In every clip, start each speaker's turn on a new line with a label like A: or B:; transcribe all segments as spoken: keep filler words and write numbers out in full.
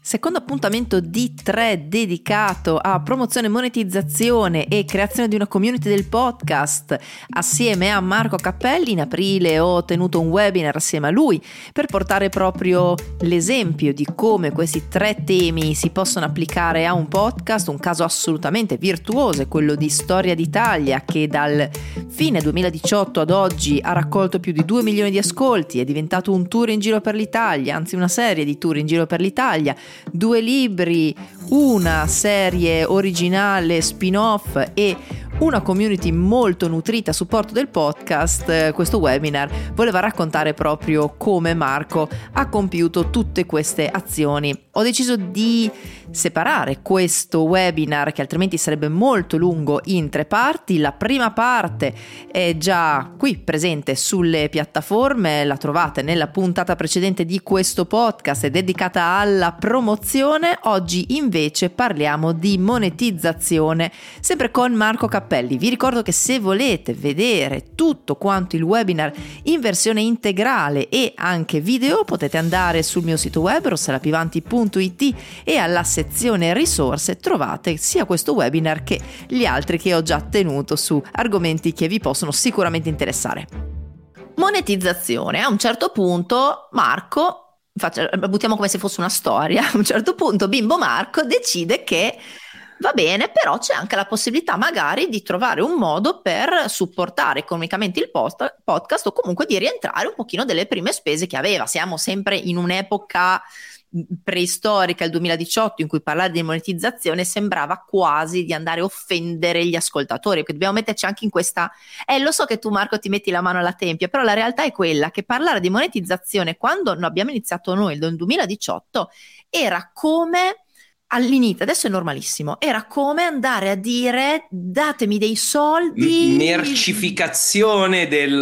A: Secondo appuntamento di tre dedicato a promozione, monetizzazione e creazione di una community del podcast assieme a Marco Cappelli. In aprile ho tenuto un webinar assieme a lui per portare proprio l'esempio di come questi tre temi si possono applicare a un podcast. Un caso assolutamente virtuoso è quello di Storia d'Italia, che dal fine duemiladiciotto ad oggi ha raccolto più di due milioni di ascolti, è diventato un tour in giro per l'Italia, anzi una serie di tour in giro per l'Italia, due libri, una serie originale spin-off e una community molto nutrita a supporto del podcast. Questo webinar voleva raccontare proprio come Marco ha compiuto tutte queste azioni. Ho deciso di separare questo webinar, che altrimenti sarebbe molto lungo, in tre parti. La prima parte è già qui presente sulle piattaforme, la trovate nella puntata precedente di questo podcast, è dedicata alla promozione. Oggi invece parliamo di monetizzazione, sempre con Marco Cappelli. Vi ricordo che se volete vedere tutto quanto il webinar in versione integrale e anche video, potete andare sul mio sito web rossalapivanti punto it e alla sezione risorse trovate sia questo webinar che gli altri che ho già tenuto su argomenti che vi possono sicuramente interessare. Monetizzazione. A un certo punto Marco, faccia, buttiamo come se fosse una storia, a un certo punto Bimbo Marco decide che va bene, però c'è anche la possibilità magari di trovare un modo per supportare economicamente il post- podcast o comunque di rientrare un pochino delle prime spese che aveva. Siamo sempre in un'epoca preistorica, il duemiladiciotto, in cui parlare di monetizzazione sembrava quasi di andare a offendere gli ascoltatori, perché dobbiamo metterci anche in questa eh lo so che tu Marco ti metti la mano alla tempia, però la realtà è quella che parlare di monetizzazione quando abbiamo iniziato noi nel duemiladiciotto era come all'inizio, adesso è normalissimo, era come andare a dire datemi dei soldi,
B: mercificazione del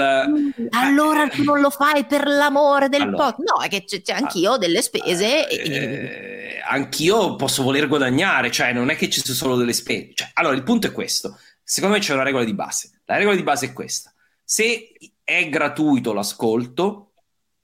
A: allora tu non lo fai per l'amore del
B: allora,
A: podcast. No, è che c'è, c'è anch'io delle spese
B: eh,
A: e...
B: anch'io posso voler guadagnare, cioè non è che ci sono solo delle spese, cioè, allora il punto è questo, secondo me c'è una regola di base, la regola di base è questa: se è gratuito l'ascolto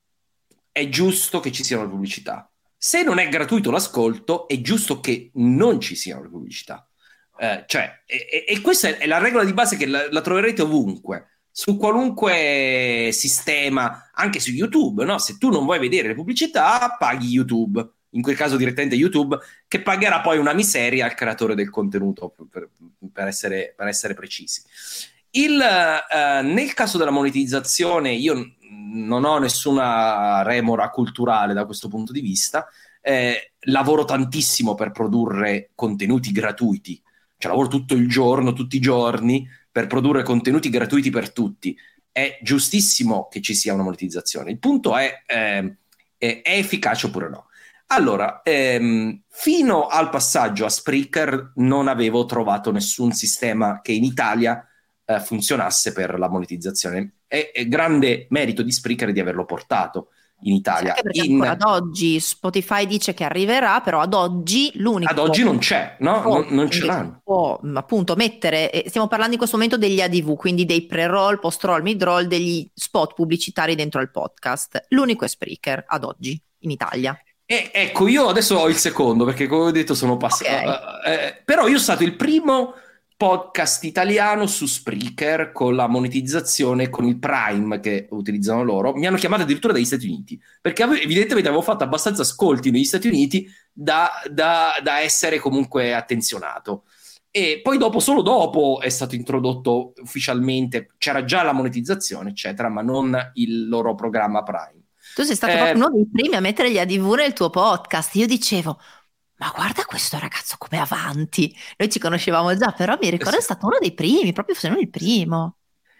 B: è giusto che ci siano le pubblicità. Se non è gratuito l'ascolto, è giusto che non ci siano le pubblicità. Eh, cioè, e, e questa è la regola di base che la, la troverete ovunque, su qualunque sistema, anche su YouTube, no? Se tu non vuoi vedere le pubblicità, paghi YouTube, in quel caso direttamente YouTube, che pagherà poi una miseria al creatore del contenuto, per, per, essere, per essere precisi. Il, eh, nel caso della monetizzazione, io non ho nessuna remora culturale da questo punto di vista, eh, lavoro tantissimo per produrre contenuti gratuiti, cioè lavoro tutto il giorno, tutti i giorni per produrre contenuti gratuiti per tutti. È giustissimo che ci sia una monetizzazione, il punto è, eh, è, è efficace oppure no. Allora, ehm, fino al passaggio a Spreaker non avevo trovato nessun sistema che in Italia eh, funzionasse per la monetizzazione. È, è grande merito di Spreaker di averlo portato in Italia.
A: Anche perché
B: in...
A: ancora ad oggi Spotify dice che arriverà, però ad oggi l'unico...
B: Ad oggi non c'è, no?
A: Oh,
B: non, non ce l'hanno.
A: Può appunto mettere, eh, stiamo parlando in questo momento degli A D V, quindi dei pre-roll, post-roll, mid-roll, degli spot pubblicitari dentro al podcast. L'unico è Spreaker ad oggi in Italia.
B: E, ecco, io adesso ho il secondo, perché come ho detto sono passato...
A: Okay.
B: Uh, eh, però io sono stato il primo podcast italiano su Spreaker con la monetizzazione, con il Prime che utilizzano loro. Mi hanno chiamato addirittura dagli Stati Uniti, perché ave- evidentemente avevo fatto abbastanza ascolti negli Stati Uniti da, da, da essere comunque attenzionato. E poi dopo, solo dopo è stato introdotto ufficialmente, c'era già la monetizzazione eccetera, ma non il loro programma Prime.
A: Tu sei stato
B: eh,
A: proprio uno dei primi a mettere gli A D V nel tuo podcast. Io dicevo, ma guarda questo ragazzo come avanti. Noi ci conoscevamo già, però mi ricordo
B: sì.
A: è stato uno dei primi, proprio se non il primo.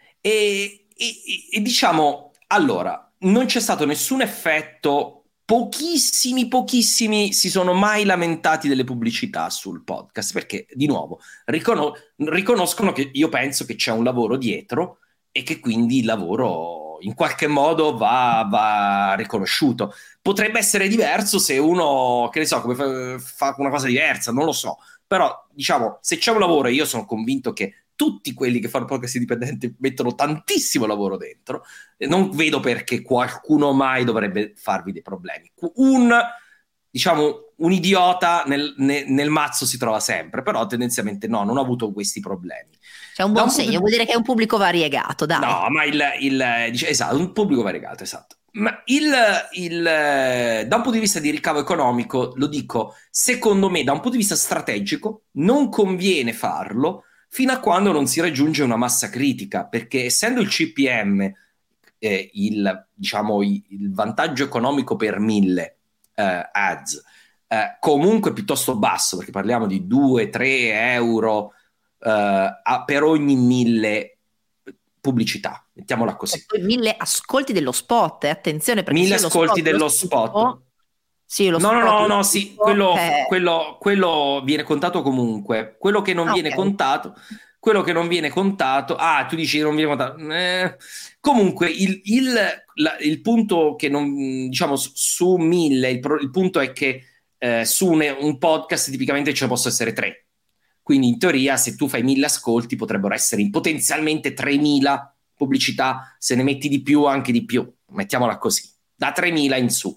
B: E, e, e diciamo, allora, non c'è stato nessun effetto, pochissimi, pochissimi si sono mai lamentati delle pubblicità sul podcast, perché, di nuovo, riconos- riconoscono che io penso che c'è un lavoro dietro e che quindi il lavoro in qualche modo va, va riconosciuto. Potrebbe essere diverso se uno, che ne so, come fa, fa una cosa diversa, non lo so, però diciamo, se c'è un lavoro, e io sono convinto che tutti quelli che fanno podcast indipendenti mettono tantissimo lavoro dentro, non vedo perché qualcuno mai dovrebbe farvi dei problemi. Un diciamo, un idiota nel, nel, nel mazzo si trova sempre, però tendenzialmente no, non ho avuto questi problemi.
A: C'è un
B: Da
A: buon
B: un punto
A: segno,
B: di-
A: vuol dire che è un pubblico variegato, dai.
B: No, ma il, il dice- esatto, un pubblico variegato, esatto. Ma il, il, eh, da un punto di vista di ricavo economico, lo dico, secondo me, da un punto di vista strategico, non conviene farlo fino a quando non si raggiunge una massa critica, perché essendo il C P M, eh, il, diciamo, il, il vantaggio economico per mille eh, ads, eh, comunque piuttosto basso, perché parliamo di due tre euro eh, a- per ogni mille pubblicità, mettiamola
A: E
B: così.
A: poi mille ascolti dello spot, eh, attenzione, perché se
B: Mille
A: io lo
B: ascolti
A: spot lo
B: dello spot.
A: schifo, sì, lo
B: No, no,
A: spot
B: no,
A: lo
B: no, sì,
A: schifo,
B: quello,
A: eh,
B: quello, quello viene contato comunque. Quello che non
A: ah,
B: viene
A: ok.
B: contato, quello che non viene contato, ah, tu dici che non viene contato. Eh, comunque, il, il, la- il punto che non, diciamo, su, su mille, il, pro- il punto è che eh, su un, un podcast tipicamente ce ne possono essere tre. Quindi in teoria, se tu fai mille ascolti, potrebbero essere potenzialmente tremila pubblicità, se ne metti di più, anche di più. Mettiamola così, da tremila in su.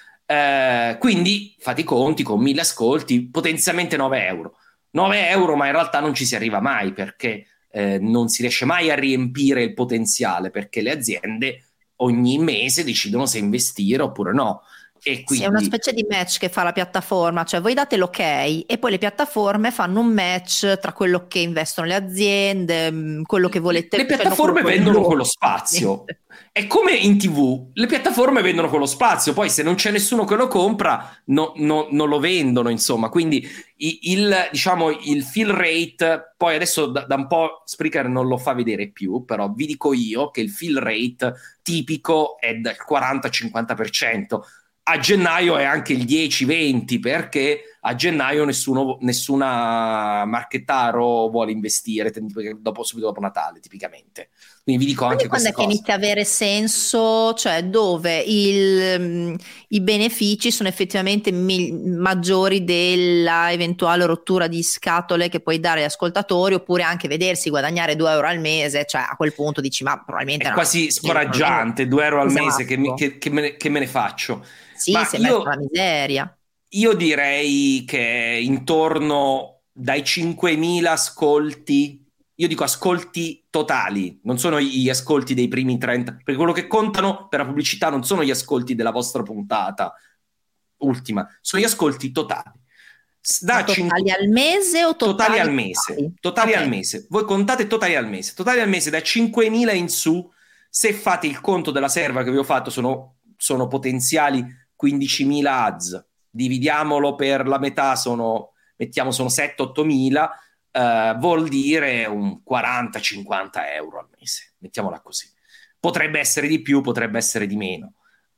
B: Eh, quindi fate i conti con mille ascolti, potenzialmente nove euro. nove euro, ma in realtà non ci si arriva mai perché eh, non si riesce mai a riempire il potenziale perché le aziende ogni mese decidono se investire oppure no. E
A: Sì, è una
B: quindi
A: specie di match che fa la piattaforma, cioè voi date l'ok e poi le piattaforme fanno un match tra quello che investono le aziende, mh, quello che volete,
B: le
A: cioè no, quello
B: piattaforme
A: che vogliono
B: vendono
A: loro.
B: quello spazio. È come in T V, le piattaforme vendono quello spazio, poi se non c'è nessuno che lo compra, no- no- non lo vendono, insomma. Quindi i- il, diciamo, il fill rate, poi adesso da, da un po' Spreaker non lo fa vedere più, però vi dico io che il fill rate tipico è del quaranta cinquanta per cento. A gennaio è anche il dieci venti perché a gennaio nessuno, nessuna marchettaro vuole investire dopo, subito dopo Natale tipicamente, quindi vi dico
A: Quindi
B: anche
A: quando
B: queste
A: è che
B: cose.
A: inizia a avere senso, cioè dove il, mh, i benefici sono effettivamente mi- maggiori della eventuale rottura di scatole che puoi dare agli ascoltatori, oppure anche vedersi guadagnare due euro al mese, cioè a quel punto dici ma probabilmente
B: È
A: no.
B: quasi scoraggiante, due euro al mese che, mi-
A: Esatto,
B: che- che me ne, che me ne faccio.
A: sì,
B: Ma
A: si è messo la
B: io,
A: miseria.
B: io direi che intorno dai cinquemila ascolti, io dico ascolti totali, non sono gli ascolti dei primi trenta, perché quello che contano per la pubblicità non sono gli ascolti della vostra puntata ultima, sono gli ascolti totali. S-
A: Ma
B: Da
A: totali
B: cinque
A: al mese o
B: totali
A: totali
B: al mese,
A: totali?
B: totali al
A: Ok.
B: mese. Voi contate totali al mese, totali al mese da cinquemila in su, se fate il conto della serva che vi ho fatto, sono, sono potenziali quindicimila ads. Dividiamolo per la metà, sono, mettiamo, sono sette otto mila, eh, vuol dire un quaranta cinquanta euro al mese, mettiamola così. Potrebbe essere di più, potrebbe essere di meno.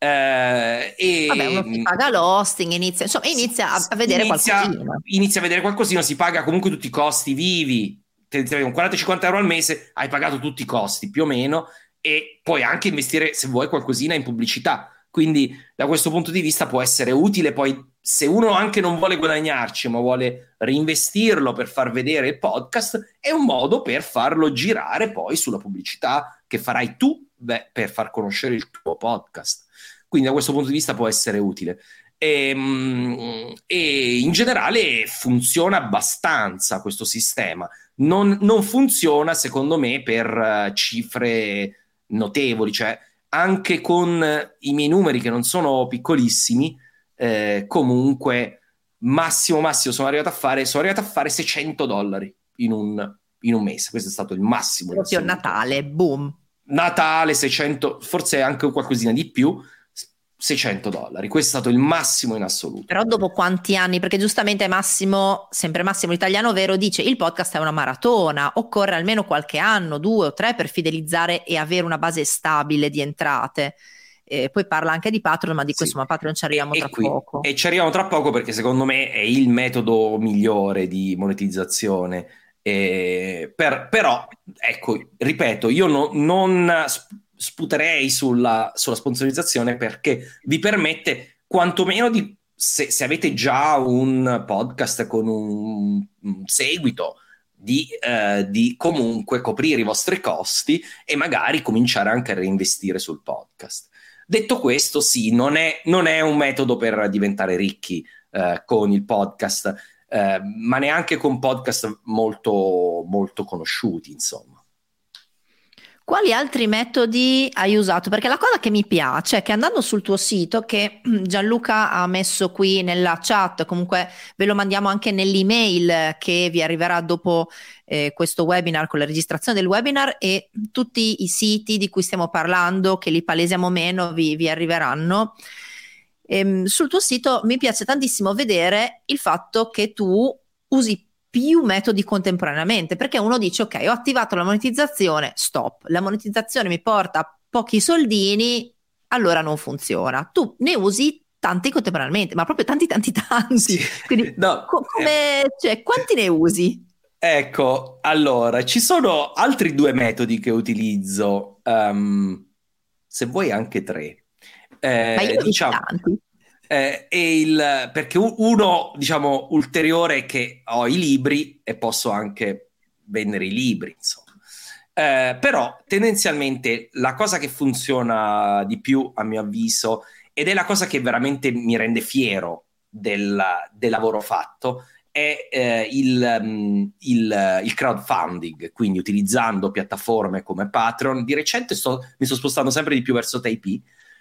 B: Eh,
A: Vabbè, uno si
B: e
A: paga l'hosting, inizia, insomma,
B: si-
A: inizia a, a vedere
B: inizia,
A: qualcosina.
B: inizia a vedere qualcosina, si paga comunque tutti i costi vivi. Tendenzialmente con quaranta cinquanta euro al mese hai pagato tutti i costi più o meno, e puoi anche investire, se vuoi, qualcosina in pubblicità. Quindi da questo punto di vista può essere utile. Poi se uno anche non vuole guadagnarci ma vuole reinvestirlo per far vedere il podcast, è un modo per farlo girare poi sulla pubblicità che farai tu, beh, per far conoscere il tuo podcast. Quindi da questo punto di vista può essere utile. E, mm, e in generale funziona abbastanza questo sistema. Non, non funziona, secondo me, per eh, cifre notevoli, cioè anche con eh, i miei numeri che non sono piccolissimi, eh, comunque massimo massimo sono arrivato a fare, sono arrivato a fare seicento dollari in un, in un mese. Questo è stato il massimo in
A: Proprio
B: assoluto.
A: Natale, boom.
B: Natale seicento, forse anche qualcosina di più, seicento dollari. Questo è stato il massimo in assoluto.
A: Però dopo quanti anni? Perché giustamente Massimo, sempre Massimo l'italiano vero, dice il podcast è una maratona, occorre almeno qualche anno, due o tre per fidelizzare e avere una base stabile di entrate. Eh, poi parla anche di Patreon, ma di questo,
B: Sì.
A: ma Patreon ci arriviamo
B: E,
A: tra
B: e qui,
A: poco.
B: e ci arriviamo tra poco perché secondo me è il metodo migliore di monetizzazione. Eh, per- però, ecco, ripeto, io no- non sp- sputerei sulla, sulla sponsorizzazione perché vi permette quantomeno di, se, se avete già un podcast con un, un seguito, di, eh, di comunque coprire i vostri costi e magari cominciare anche a reinvestire sul podcast. Detto questo, sì, non è, non è un metodo per diventare ricchi eh, con il podcast, eh, ma neanche con podcast molto, molto conosciuti, insomma.
A: Quali altri metodi hai usato? Perché la cosa che mi piace è che andando sul tuo sito, che Gianluca ha messo qui nella chat, comunque ve lo mandiamo anche nell'email che vi arriverà dopo eh, questo webinar, con la registrazione del webinar, e tutti i siti di cui stiamo parlando, che li palesiamo meno, vi, vi arriveranno. Ehm, sul tuo sito mi piace tantissimo vedere il fatto che tu usi più metodi contemporaneamente, perché uno dice ok, ho attivato la monetizzazione, stop, la monetizzazione mi porta pochi soldini, allora non funziona. Tu ne usi tanti contemporaneamente, ma proprio tanti tanti tanti.
B: Sì.
A: Quindi
B: No,
A: co- come,
B: eh,
A: cioè, quanti ne usi?
B: ecco, allora, ci sono altri due metodi che utilizzo, um, se vuoi anche tre.
A: Ma io
B: Eh,
A: ne ho visti
B: diciamo,
A: tanti.
B: eh, e il, perché u- uno, diciamo, ulteriore è che ho i libri e posso anche vendere i libri, insomma. Eh, però tendenzialmente la cosa che funziona di più, a mio avviso, ed è la cosa che veramente mi rende fiero del, del lavoro fatto, è eh, il, um, il, il crowdfunding, quindi utilizzando piattaforme come Patreon. Di recente sto, mi sto spostando sempre di più verso Tipeee,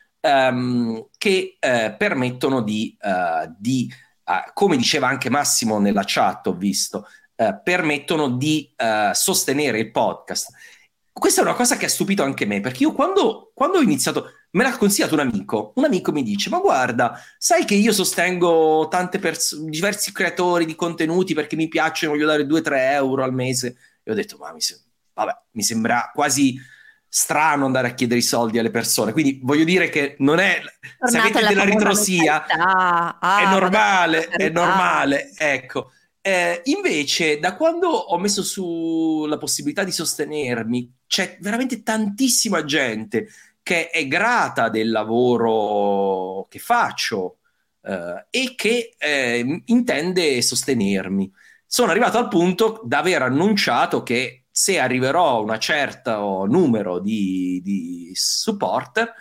B: um, che eh, permettono di, uh, di uh, come diceva anche Massimo nella chat, ho visto, uh, permettono di uh, sostenere il podcast. Questa è una cosa che ha stupito anche me, perché io quando, quando ho iniziato, me l'ha consigliato un amico, un amico mi dice, ma guarda, sai che io sostengo tante pers- diversi creatori di contenuti perché mi piacciono, voglio dare due tre euro al mese. E ho detto, ma mi, se- vabbè, mi sembra quasi strano andare a chiedere i soldi alle persone, quindi voglio dire che non è, se
A: Tornata
B: avete
A: alla
B: della
A: famosa
B: ritrosia,
A: mentalità.
B: è
A: Ah, vado a
B: normale,
A: per
B: è
A: carità.
B: normale, ecco. Eh, invece, da quando ho messo su la possibilità di sostenermi, c'è veramente tantissima gente che è grata del lavoro che faccio eh, e che eh, intende sostenermi. Sono arrivato al punto da aver annunciato che se arriverò a un certo numero di, di supporter,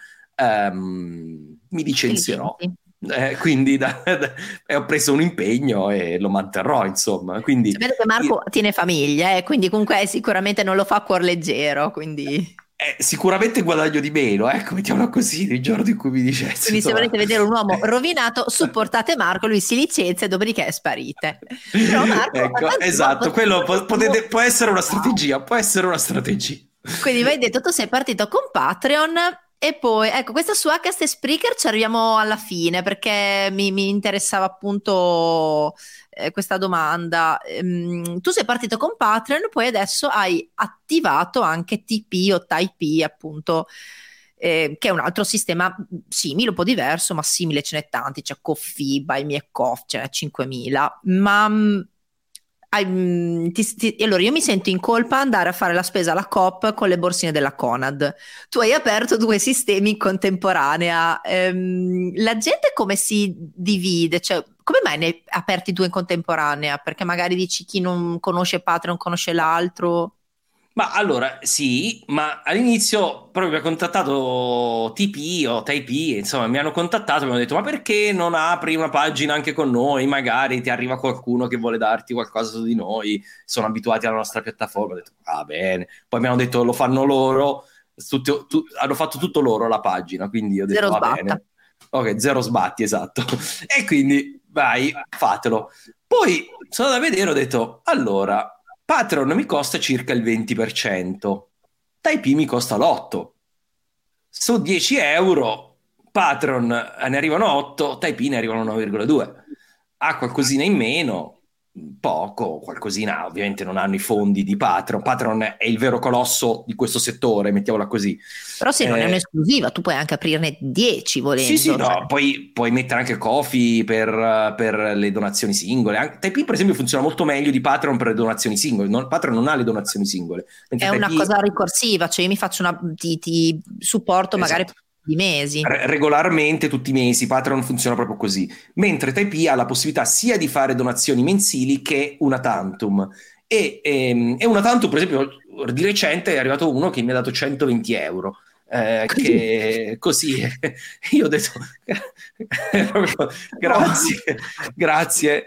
B: ehm, mi
A: Ti
B: licenzierò.
A: licenzii.
B: Eh, quindi da, da, e ho preso un impegno e lo manterrò, insomma. Quindi,
A: Cioè, vedo che Marco tiene famiglia, eh, quindi comunque sicuramente non lo fa a cuor leggero, quindi...
B: eh, sicuramente guadagno di meno, ecco, mettiamola così, il giorno in cui mi dicesse,
A: Quindi se
B: insomma.
A: volete vedere un uomo rovinato, supportate Marco, lui si licenzia e dopodiché sparite. Però Marco,
B: Ecco,
A: tanti no,
B: esatto, quello po- potete- può essere una
A: wow.
B: strategia, può essere una strategia.
A: Quindi mi hai detto, tu sei partito con Patreon e poi, ecco, questa su Acast e Spreaker ci arriviamo alla fine perché mi, mi interessava appunto eh, questa domanda. Ehm, tu sei partito con Patreon, poi adesso hai attivato anche T P o Typee, appunto, eh, che è un altro sistema simile, un po' diverso, ma simile, ce n'è tanti, c'è Ko-fi, Buy Me a Coffee, ce n'è cinquemila, ma... mh, hai, mh, ti- ti- allora io mi sento in colpa andare a fare la spesa alla Coop con le borsine della Conad. Tu hai aperto due sistemi in contemporanea. Ehm, la gente come si divide? Cioè, come mai ne hai aperti due in contemporanea? Perché magari dici chi non conosce Patreon conosce l'altro.
B: Ma allora, sì, ma all'inizio proprio mi ha contattato T P o Typee, insomma, mi hanno contattato e mi hanno detto, ma perché non apri una pagina anche con noi? Magari ti arriva qualcuno che vuole darti qualcosa su di noi, sono abituati alla nostra piattaforma. Ho detto, va bene. Poi mi hanno detto, lo fanno loro, tutto- tu- hanno fatto tutto loro la pagina, quindi ho detto,
A: Zero
B: va
A: sbatta.
B: bene. Ok, zero sbatti, esatto. E quindi, vai, fatelo. Poi sono andato a vedere, ho detto, allora... Patreon mi costa circa il venti per cento, Typee mi costa l'otto per cento. Su dieci euro, Patreon ne arrivano otto, Typee ne arrivano uno virgola due. Ha qualcosina in meno, poco, qualcosina, ovviamente non hanno i fondi di Patreon. Patreon è il vero colosso di questo settore, mettiamola così.
A: Però se non è
B: Eh,
A: un'esclusiva, tu puoi anche aprirne dieci
B: sì, sì,
A: volendo. Cioè.
B: no, poi puoi mettere anche Ko-fi per, per le donazioni singole. Anche, Typee, per esempio, funziona molto meglio di Patreon per le donazioni singole. Non- Patreon non ha le donazioni singole, mentre
A: È una
B: Typee,
A: cosa ricorsiva, cioè io mi faccio una, ti, ti supporto magari
B: esatto,
A: per di mesi.
B: Re- regolarmente tutti i mesi. Patreon funziona proprio così. Mentre Typee ha la possibilità sia di fare donazioni mensili che una tantum. E, ehm, e una tantum, per esempio, di recente è arrivato uno che mi ha dato centoventi euro. eh, che così io ho detto grazie, grazie.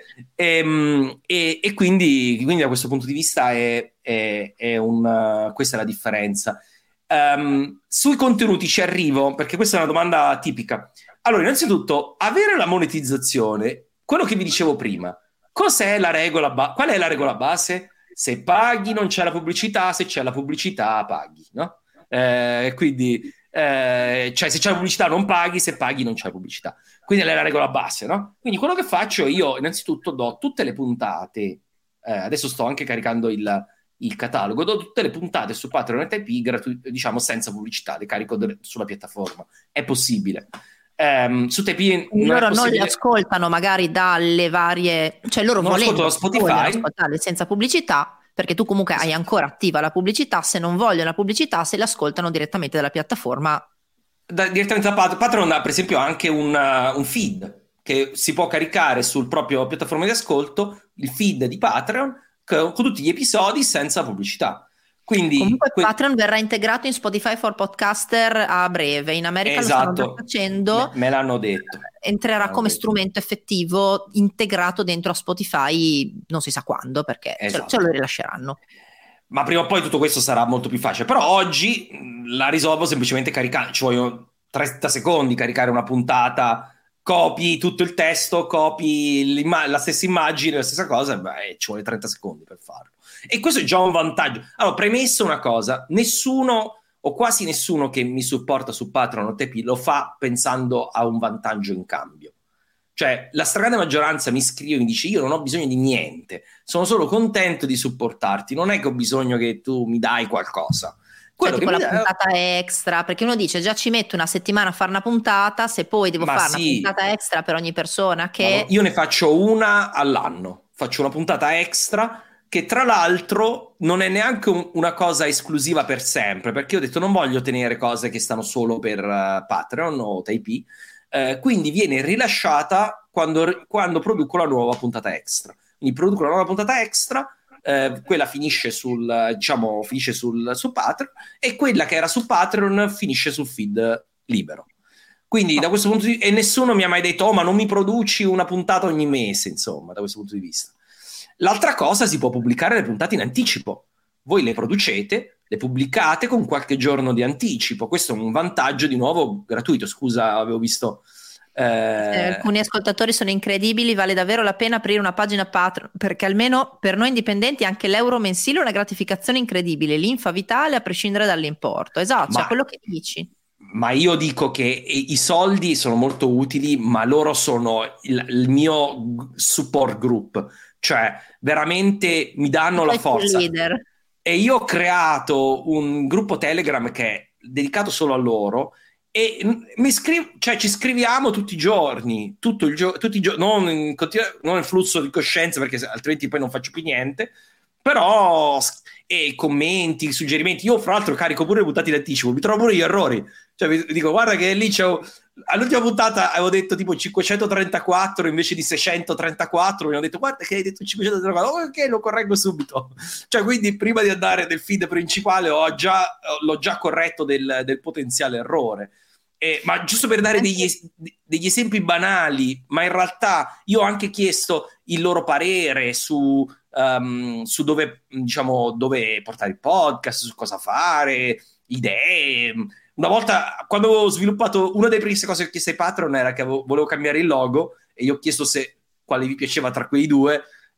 B: E, e, e quindi, quindi da questo punto di vista è, è, è un, questa è la differenza. Um, sui contenuti ci arrivo, perché questa è una domanda tipica. Allora, innanzitutto, avere la monetizzazione, quello che vi dicevo prima, cos'è la regola ba- qual è la regola base? Se paghi non c'è la pubblicità, se c'è la pubblicità paghi, no? Eh, quindi, eh, cioè se c'è la pubblicità non paghi, se paghi non c'è la pubblicità. Quindi è la regola base, no? Quindi quello che faccio io, innanzitutto, do tutte le puntate, eh, adesso sto anche caricando il il catalogo, do tutte le puntate su Patreon e Typee gratuite, diciamo senza pubblicità, le carico de- sulla piattaforma. È possibile. Um, su Typee non
A: loro
B: è possibile.
A: Non li ascoltano magari dalle varie, cioè loro
B: non
A: volendo
B: Spotify
A: ascoltarle senza pubblicità, perché tu comunque esatto. hai ancora attiva la pubblicità. Se non vogliono la pubblicità, se l'ascoltano direttamente dalla piattaforma,
B: da, direttamente da Patreon. Patreon ha per esempio anche un, uh, un feed che si può caricare sul proprio piattaforma di ascolto, il feed di Patreon con tutti gli episodi senza pubblicità. Quindi
A: comunque
B: que-
A: Patreon verrà integrato in Spotify for Podcaster a breve. In America
B: esatto.
A: lo stanno già facendo.
B: Me, me l'hanno detto.
A: Entrerà
B: l'hanno
A: come
B: detto.
A: strumento effettivo integrato dentro a Spotify, non si sa quando, perché esatto. ce, ce lo rilasceranno.
B: Ma prima o poi tutto questo sarà molto più facile. Però oggi la risolvo semplicemente caricando. Ci vogliono trenta secondi caricare una puntata. Copi tutto il testo, copi la stessa immagine, la stessa cosa, beh, ci vuole trenta secondi per farlo. E questo è già un vantaggio. Allora, premesso una cosa, nessuno o quasi nessuno che mi supporta su Patreon o Typee lo fa pensando a un vantaggio in cambio. Cioè, la stragrande maggioranza mi scrive e mi dice: io non ho bisogno di niente, sono solo contento di supportarti, non è che ho bisogno che tu mi dai qualcosa.
A: Quello cioè, tipo la mi... puntata extra, perché uno dice già ci metto una settimana a fare una puntata, se poi devo Ma fare sì. una puntata extra per ogni persona che...
B: Io ne faccio una all'anno, faccio una puntata extra che tra l'altro non è neanche un, una cosa esclusiva per sempre, perché io ho detto non voglio tenere cose che stanno solo per uh, Patreon o Typee, uh, quindi viene rilasciata quando, quando produco la nuova puntata extra. Quindi produco la nuova puntata extra, Eh, quella finisce sul diciamo finisce sul su Patreon e quella che era su Patreon finisce sul feed libero. Quindi da questo punto di vista, e nessuno mi ha mai detto: oh, ma non mi produci una puntata ogni mese, insomma, da questo punto di vista. L'altra cosa, si può pubblicare le puntate in anticipo. Voi le producete, le pubblicate con qualche giorno di anticipo. Questo è un vantaggio di nuovo gratuito. Scusa, avevo visto
A: Eh, alcuni ascoltatori sono incredibili, vale davvero la pena aprire una pagina Patreon, perché almeno per noi indipendenti anche l'euro mensile è una gratificazione incredibile, linfa vitale a prescindere dall'importo. Esatto, ma, cioè quello che dici.
B: Ma io dico che i soldi sono molto utili, ma loro sono il, il mio support group, cioè veramente mi danno la forza.
A: Leader.
B: E io ho creato un gruppo Telegram che è dedicato solo a loro. E mi scrivo, cioè ci scriviamo tutti i giorni, tutto il gio- tutti i giorni, non in continu- non in flusso di coscienza, perché altrimenti poi non faccio più niente, però e commenti, suggerimenti. Io fra l'altro carico pure le puntate in anticipo, mi trovo pure gli errori, cioè vi dico guarda che lì c'è un... all'ultima puntata avevo detto tipo cinquecentotrentaquattro invece di seicentotrentaquattro, mi hanno detto guarda che hai detto cinquecentotrentaquattro, ok, lo correggo subito. Cioè quindi prima di andare nel feed principale ho già, l'ho già corretto del, del potenziale errore. Eh, ma giusto per dare degli, es- degli esempi banali, ma in realtà io ho anche chiesto il loro parere su, um, su dove, diciamo, dove portare il podcast, su cosa fare, idee. Una volta, quando avevo sviluppato, una delle prime cose che ho chiesto ai Patreon era che avevo, volevo cambiare il logo, e io ho chiesto se quale vi piaceva tra quei due,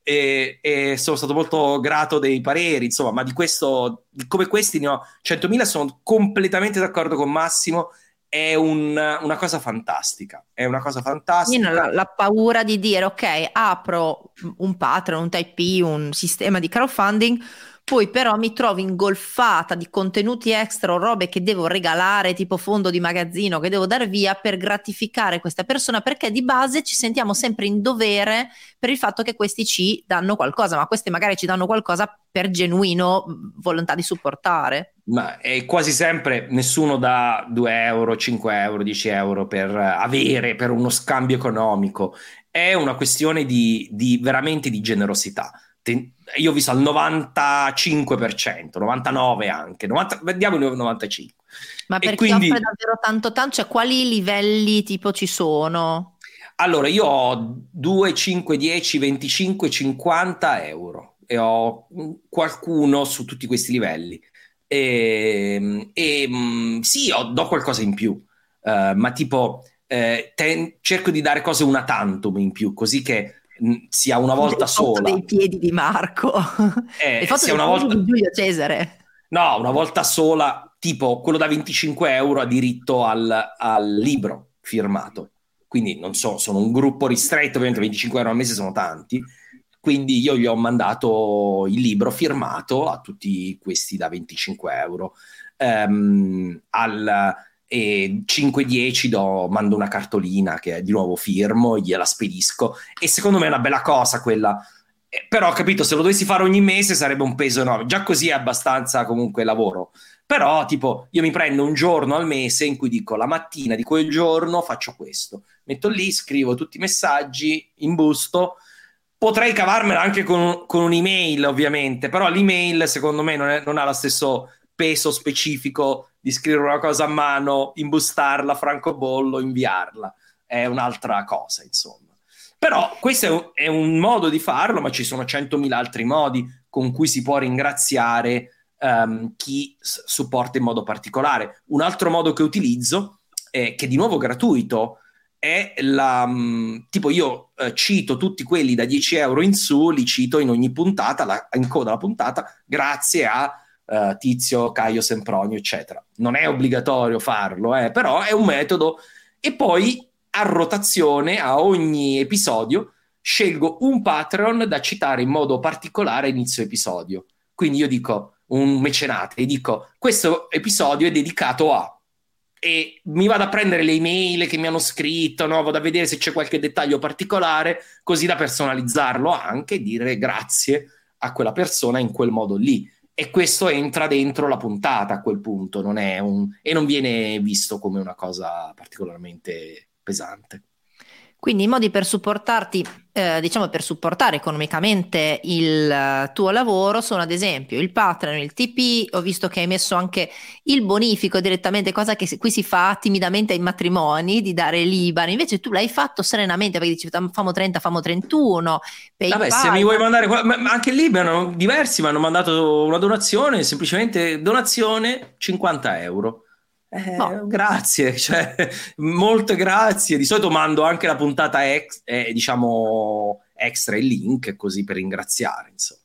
B: e, e sono stato molto grato dei pareri, insomma, ma di questo, come questi ne ho centomila, sono completamente d'accordo con Massimo. È un, una cosa fantastica, è una cosa fantastica.
A: La, la paura di dire ok, apro un Patreon, un Typee, un sistema di crowdfunding, poi però mi trovo ingolfata di contenuti extra o robe che devo regalare, tipo fondo di magazzino che devo dar via per gratificare questa persona, perché di base ci sentiamo sempre in dovere per il fatto che questi ci danno qualcosa, ma questi magari ci danno qualcosa per genuino volontà di supportare.
B: Ma è quasi sempre nessuno dà due euro, cinque euro, dieci euro per avere, per uno scambio economico. È una questione di, di veramente di generosità. Io ho visto al novantacinque per cento, novantanove anche, novanta, vediamo il novantacinque.
A: Ma
B: E
A: per chi
B: quindi,
A: offre davvero tanto tanto, cioè quali livelli tipo ci sono?
B: allora, io ho due, cinque, dieci, venticinque, cinquanta euro e ho mm, qualcuno su tutti questi livelli. E, e, mm, sì, ho- do qualcosa in più, eh, ma tipo eh, ten- cerco di dare cose una tantum in più, così che mm, sia una volta
A: Le foto
B: sola.
A: dei piedi di Marco, le
B: Eh,
A: foto
B: sia
A: dei
B: una
A: piedi
B: volta.
A: di Giulio Cesare.
B: No, una volta sola, tipo quello da venticinque euro ha diritto al, al libro firmato. Quindi non so, sono un gruppo ristretto, ovviamente venticinque euro al mese sono tanti. Quindi io gli ho mandato il libro firmato a tutti questi da venticinque euro. Ehm, al, e cinque dieci do, mando una cartolina che di nuovo firmo, gliela spedisco. E secondo me è una bella cosa quella. Eh, Però ho capito, se lo dovessi fare ogni mese sarebbe un peso enorme. Già così è abbastanza comunque lavoro. Però, tipo, io mi prendo un giorno al mese in cui dico la mattina di quel giorno faccio questo. Metto lì, scrivo tutti i messaggi, imbusto. Potrei cavarmela anche con, con un'email, ovviamente, però l'email secondo me non, è- non ha lo stesso peso specifico di scrivere una cosa a mano, imbustarla, francobollo, inviarla. È un'altra cosa, insomma. Però questo è un, è un modo di farlo, ma ci sono centomila altri modi con cui si può ringraziare ehm, chi s- supporta in modo particolare. Un altro modo che utilizzo, eh, che è di nuovo gratuito, è la... mh, tipo io eh, cito tutti quelli da dieci euro in su, li cito in ogni puntata, la- in coda alla puntata, grazie a eh, Tizio, Caio Sempronio, eccetera. Non è obbligatorio farlo, eh, però è un metodo. E poi a rotazione, a ogni episodio, scelgo un Patreon da citare in modo particolare a inizio episodio. Quindi io dico un mecenate e dico questo episodio è dedicato a e mi vado a prendere le email che mi hanno scritto, no? Vado a vedere se c'è qualche dettaglio particolare, così da personalizzarlo anche e dire grazie a quella persona in quel modo lì. E questo entra dentro la puntata a quel punto, non è un... e non viene visto come una cosa particolarmente pesante.
A: Quindi i modi per supportarti, eh, diciamo per supportare economicamente il eh, tuo lavoro sono ad esempio il Patreon, il T P, ho visto che hai messo anche il bonifico direttamente, cosa che si- qui si fa timidamente ai matrimoni, di dare l'I B A N, invece tu l'hai fatto serenamente perché dici "Tam- famo trenta, famo trentuno,
B: Vabbè, se
A: PayPal,
B: mi vuoi mandare qua, ma ma anche lì mi hanno- diversi mi hanno mandato una donazione, semplicemente donazione cinquanta euro. Eh,
A: boh.
B: grazie, cioè, molte grazie. Di solito mando anche la puntata ex, eh, diciamo extra il link così per ringraziare, insomma.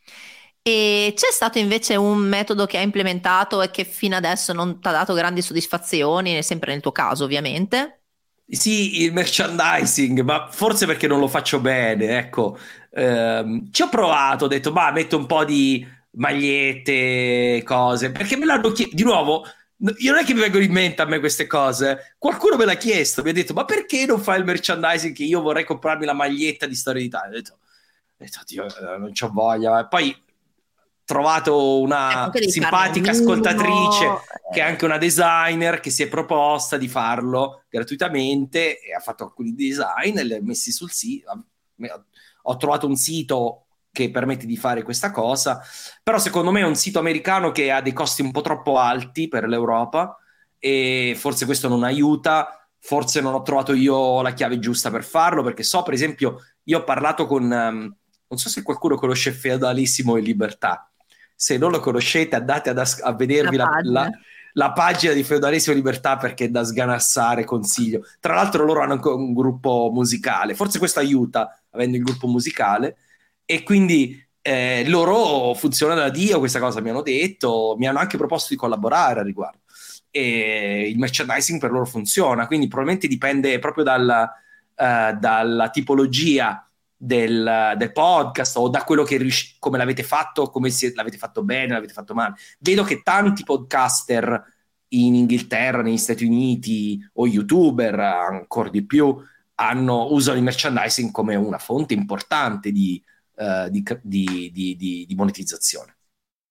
A: E c'è stato invece un metodo che hai implementato e che fino adesso non ti ha dato grandi soddisfazioni, sempre nel tuo caso ovviamente?
B: Sì, il merchandising, ma forse perché non lo faccio bene, ecco. Ehm, ci ho provato, ho detto, ma metto un po' di magliette, cose, perché me l'hanno chiesto, di nuovo, n- io non è che mi vengono in mente a me queste cose, qualcuno me l'ha chiesto, mi ha detto, ma perché non fai il merchandising che io vorrei comprarmi la maglietta di Storia d'Italia? Ho detto, ho detto, Dio, eh, non c'ho voglia. Poi trovato
A: Eh,
B: una
A: comunque devi farne un
B: simpatica
A: minimo.
B: ascoltatrice che è anche una designer che si è proposta di farlo gratuitamente e ha fatto alcuni design e li ha messi sul sito. Ho trovato un sito che permette di fare questa cosa, però secondo me è un sito americano che ha dei costi un po' troppo alti per l'Europa e forse questo non aiuta, forse non ho trovato io la chiave giusta per farlo, perché so per esempio, io ho parlato con, um, non so se qualcuno conosce Feudalissimo e Libertà, se non lo conoscete andate ad as- a
A: La
B: vedervi la,
A: pagina.
B: la- la pagina di Feudalesimo e Libertà perché è da sganassare, consiglio. Tra l'altro loro hanno anche un gruppo musicale, forse questo aiuta avendo il gruppo musicale e quindi eh, loro funzionano da Dio, questa cosa mi hanno detto, mi hanno anche proposto di collaborare al riguardo e il merchandising per loro funziona, quindi probabilmente dipende proprio dalla, eh, dalla tipologia del, del podcast o da quello che riusci- come l'avete fatto, come se l'avete fatto bene, l'avete fatto male. Vedo che tanti podcaster in Inghilterra, negli Stati Uniti o youtuber ancora di più hanno, usano il merchandising come una fonte importante di, uh, di, di, di, di monetizzazione.